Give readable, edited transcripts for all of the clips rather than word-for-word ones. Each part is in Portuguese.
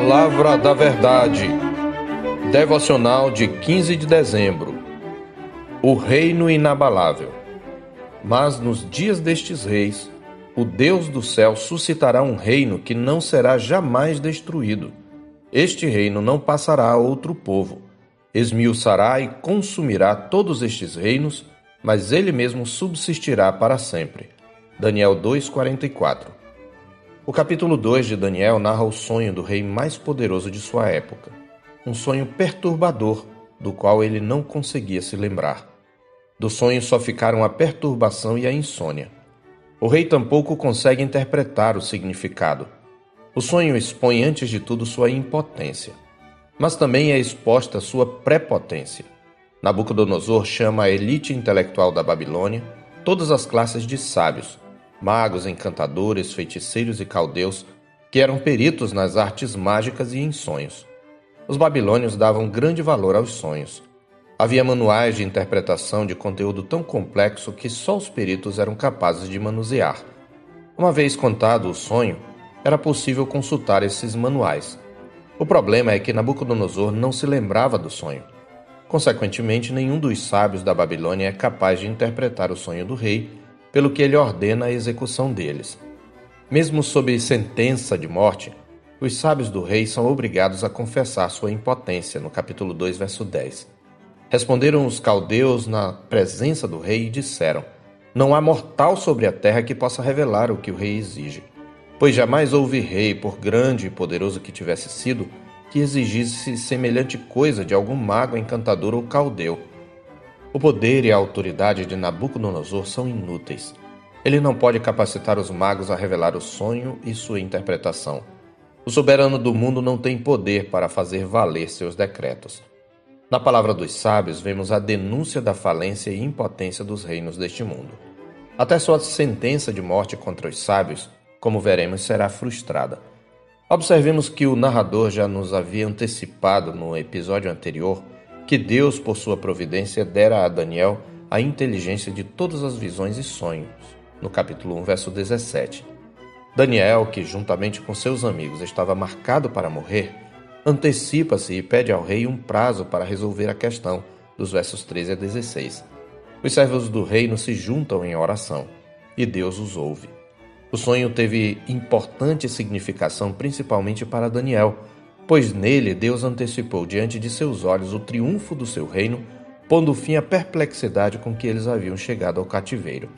Palavra da Verdade. Devocional de 15 de dezembro. O reino inabalável. Mas nos dias destes reis, o Deus do céu suscitará um reino que não será jamais destruído. Este reino não passará a outro povo. Esmiuçará e consumirá todos estes reinos, mas ele mesmo subsistirá para sempre. Daniel 2,44. O capítulo 2 de Daniel narra o sonho do rei mais poderoso de sua época. Um sonho perturbador, do qual ele não conseguia se lembrar. Do sonho só ficaram a perturbação e a insônia. O rei tampouco consegue interpretar o significado. O sonho expõe antes de tudo sua impotência, mas também é exposta sua prepotência. Nabucodonosor chama a elite intelectual da Babilônia, todas as classes de sábios, magos, encantadores, feiticeiros e caldeus, que eram peritos nas artes mágicas e em sonhos. Os babilônios davam grande valor aos sonhos. Havia manuais de interpretação de conteúdo tão complexo que só os peritos eram capazes de manusear. Uma vez contado o sonho, era possível consultar esses manuais. O problema é que Nabucodonosor não se lembrava do sonho. Consequentemente, nenhum dos sábios da Babilônia é capaz de interpretar o sonho do rei, pelo que ele ordena a execução deles. Mesmo sob sentença de morte, os sábios do rei são obrigados a confessar sua impotência, no capítulo 2, verso 10. Responderam os caldeus na presença do rei e disseram: não há mortal sobre a terra que possa revelar o que o rei exige, pois jamais houve rei, por grande e poderoso que tivesse sido, que exigisse semelhante coisa de algum mago, encantador ou caldeu. O poder e a autoridade de Nabucodonosor são inúteis. Ele não pode capacitar os magos a revelar o sonho e sua interpretação. O soberano do mundo não tem poder para fazer valer seus decretos. Na palavra dos sábios, vemos a denúncia da falência e impotência dos reinos deste mundo. Até sua sentença de morte contra os sábios, como veremos, será frustrada. Observemos que o narrador já nos havia antecipado no episódio anterior que Deus, por sua providência, dera a Daniel a inteligência de todas as visões e sonhos, no capítulo 1, verso 17. Daniel, que juntamente com seus amigos estava marcado para morrer, antecipa-se e pede ao rei um prazo para resolver a questão, dos versos 13 a 16. Os servos do reino se juntam em oração, e Deus os ouve. O sonho teve importante significação principalmente para Daniel, pois nele Deus antecipou diante de seus olhos o triunfo do seu reino, pondo fim à perplexidade com que eles haviam chegado ao cativeiro.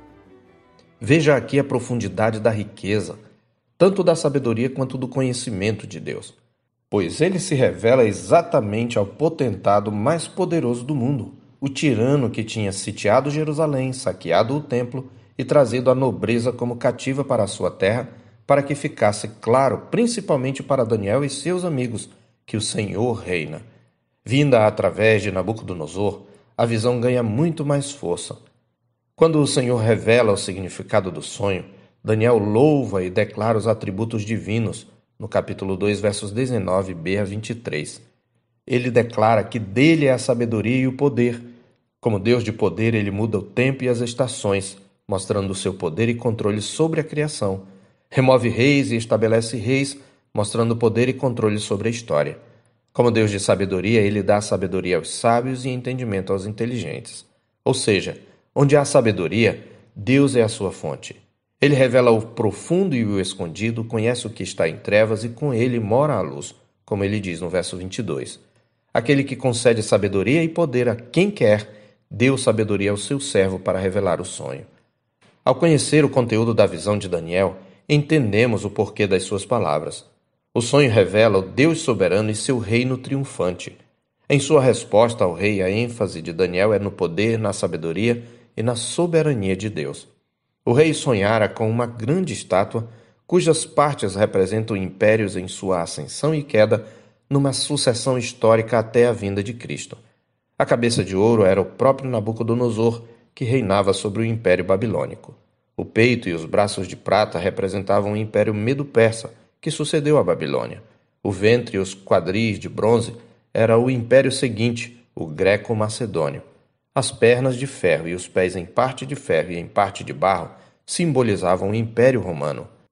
Veja aqui a profundidade da riqueza, tanto da sabedoria quanto do conhecimento de Deus, pois ele se revela exatamente ao potentado mais poderoso do mundo, o tirano que tinha sitiado Jerusalém, saqueado o templo e trazido a nobreza como cativa para a sua terra, para que ficasse claro, principalmente para Daniel e seus amigos, que o Senhor reina. Vinda através de Nabucodonosor, a visão ganha muito mais força. Quando o Senhor revela o significado do sonho, Daniel louva e declara os atributos divinos, no capítulo 2, versos 19b a 23. Ele declara que dele é a sabedoria e o poder. Como Deus de poder, ele muda o tempo e as estações, mostrando o seu poder e controle sobre a criação. Remove reis e estabelece reis, mostrando poder e controle sobre a história. Como Deus de sabedoria, ele dá sabedoria aos sábios e entendimento aos inteligentes. Ou seja, onde há sabedoria, Deus é a sua fonte. Ele revela o profundo e o escondido, conhece o que está em trevas e com ele mora a luz, como ele diz no verso 22. Aquele que concede sabedoria e poder a quem quer, deu sabedoria ao seu servo para revelar o sonho. Ao conhecer o conteúdo da visão de Daniel, entendemos o porquê das suas palavras. O sonho revela o Deus soberano e seu reino triunfante. Em sua resposta ao rei, a ênfase de Daniel é no poder, na sabedoria e na soberania de Deus. O rei sonhara com uma grande estátua, cujas partes representam impérios em sua ascensão e queda, numa sucessão histórica até a vinda de Cristo. A cabeça de ouro era o próprio Nabucodonosor, que reinava sobre o Império Babilônico. O peito e os braços de prata representavam o Império Medo-Persa, que sucedeu à Babilônia. O ventre e os quadris de bronze era o império seguinte, o Greco-Macedônio. As pernas de ferro e os pés em parte de ferro e em parte de barro simbolizavam o Império Romano.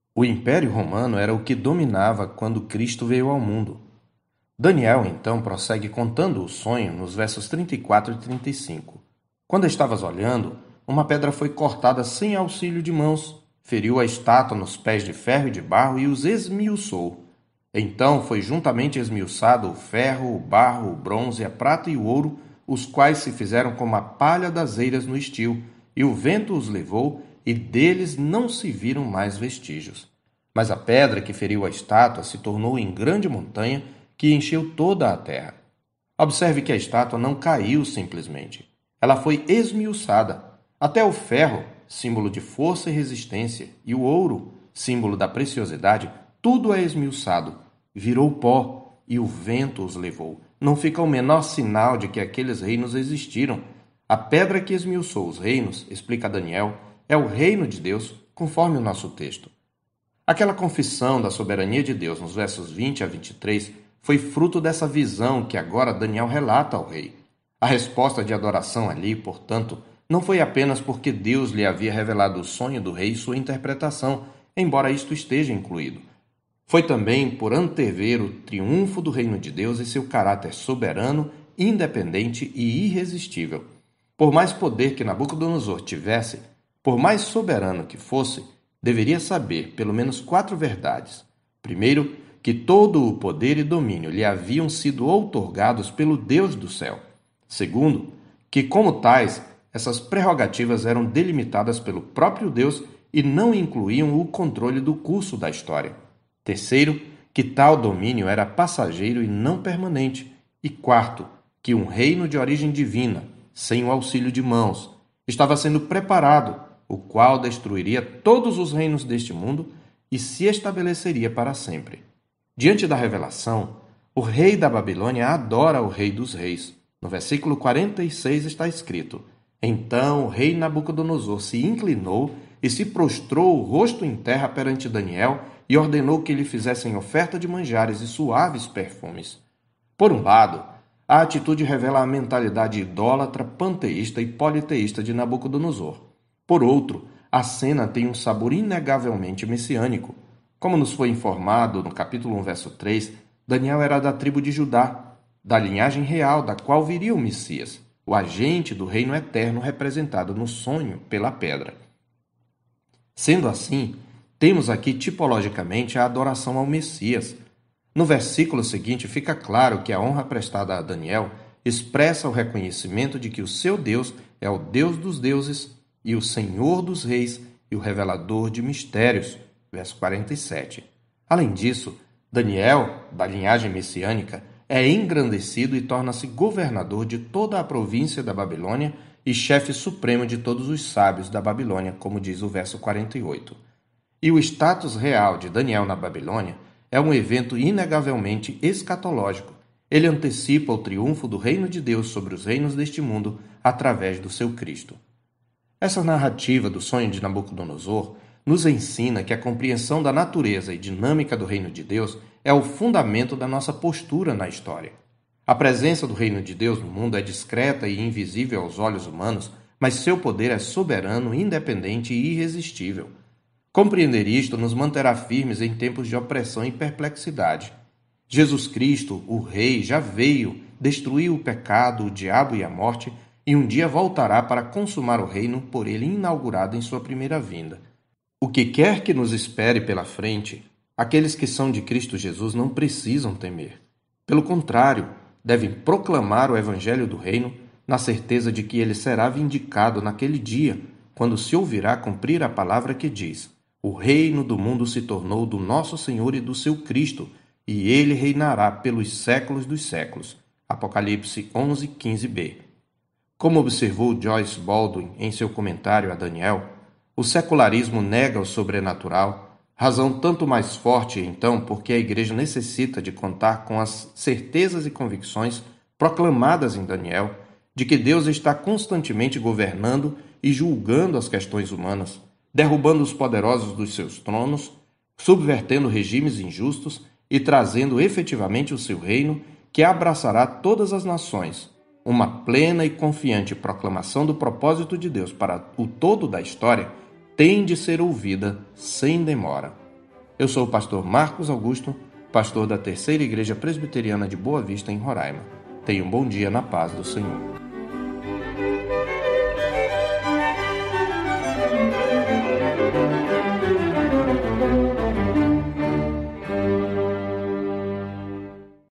O Império Romano era o que dominava quando Cristo veio ao mundo. Daniel, então, prossegue contando o sonho nos versos 34 e 35. Quando estavas olhando, uma pedra foi cortada sem auxílio de mãos, feriu a estátua nos pés de ferro e de barro e os esmiuçou. Então foi juntamente esmiuçado o ferro, o barro, o bronze, a prata e o ouro, os quais se fizeram como a palha das eiras no estio, e o vento os levou, e deles não se viram mais vestígios. Mas a pedra que feriu a estátua se tornou em grande montanha, que encheu toda a terra. Observe que a estátua não caiu simplesmente. Ela foi esmiuçada. Até o ferro, símbolo de força e resistência, e o ouro, símbolo da preciosidade, tudo é esmiuçado. Virou pó, e o vento os levou. Não fica o menor sinal de que aqueles reinos existiram. A pedra que esmiuçou os reinos, explica Daniel, é o reino de Deus, conforme o nosso texto. Aquela confissão da soberania de Deus nos versos 20 a 23 foi fruto dessa visão que agora Daniel relata ao rei. A resposta de adoração ali, portanto, não foi apenas porque Deus lhe havia revelado o sonho do rei e sua interpretação, embora isto esteja incluído. Foi também por antever o triunfo do reino de Deus e seu caráter soberano, independente e irresistível. Por mais poder que Nabucodonosor tivesse, por mais soberano que fosse, deveria saber pelo menos 4 verdades. Primeiro, que todo o poder e domínio lhe haviam sido outorgados pelo Deus do céu. Segundo, que como tais, essas prerrogativas eram delimitadas pelo próprio Deus e não incluíam o controle do curso da história. Terceiro, que tal domínio era passageiro e não permanente. E quarto, que um reino de origem divina, sem o auxílio de mãos, estava sendo preparado, o qual destruiria todos os reinos deste mundo e se estabeleceria para sempre. Diante da revelação, o rei da Babilônia adora o rei dos reis. No versículo 46 está escrito: Então o rei Nabucodonosor se inclinou e se prostrou o rosto em terra perante Daniel e ordenou que lhe fizessem oferta de manjares e suaves perfumes. Por um lado, a atitude revela a mentalidade idólatra, panteísta e politeísta de Nabucodonosor. Por outro, a cena tem um sabor inegavelmente messiânico. Como nos foi informado no capítulo 1, verso 3, Daniel era da tribo de Judá, da linhagem real da qual viria o Messias, o agente do reino eterno representado no sonho pela pedra. Sendo assim, temos aqui tipologicamente a adoração ao Messias. No versículo seguinte fica claro que a honra prestada a Daniel expressa o reconhecimento de que o seu Deus é o Deus dos deuses e o Senhor dos reis e o revelador de mistérios. Verso 47. Além disso, Daniel, da linhagem messiânica, é engrandecido e torna-se governador de toda a província da Babilônia e chefe supremo de todos os sábios da Babilônia, como diz o verso 48. E o status real de Daniel na Babilônia é um evento inegavelmente escatológico. Ele antecipa o triunfo do reino de Deus sobre os reinos deste mundo através do seu Cristo. Essa narrativa do sonho de Nabucodonosor nos ensina que a compreensão da natureza e dinâmica do reino de Deus é o fundamento da nossa postura na história. A presença do reino de Deus no mundo é discreta e invisível aos olhos humanos, mas seu poder é soberano, independente e irresistível. Compreender isto nos manterá firmes em tempos de opressão e perplexidade. Jesus Cristo, o Rei, já veio, destruiu o pecado, o diabo e a morte, e um dia voltará para consumar o reino por ele inaugurado em sua primeira vinda. O que quer que nos espere pela frente, aqueles que são de Cristo Jesus não precisam temer. Pelo contrário, devem proclamar o evangelho do reino na certeza de que ele será vindicado naquele dia, quando se ouvirá cumprir a palavra que diz: o reino do mundo se tornou do nosso Senhor e do seu Cristo, e ele reinará pelos séculos dos séculos. Apocalipse 11:15b. Como observou Joyce Baldwin em seu comentário a Daniel, o secularismo nega o sobrenatural, razão tanto mais forte, então, porque a Igreja necessita de contar com as certezas e convicções proclamadas em Daniel de que Deus está constantemente governando e julgando as questões humanas, derrubando os poderosos dos seus tronos, subvertendo regimes injustos e trazendo efetivamente o seu reino, que abraçará todas as nações. Uma plena e confiante proclamação do propósito de Deus para o todo da história tem de ser ouvida sem demora. Eu sou o pastor Marcos Augusto, pastor da Terceira Igreja Presbiteriana de Boa Vista, em Roraima. Tenha um bom dia na paz do Senhor.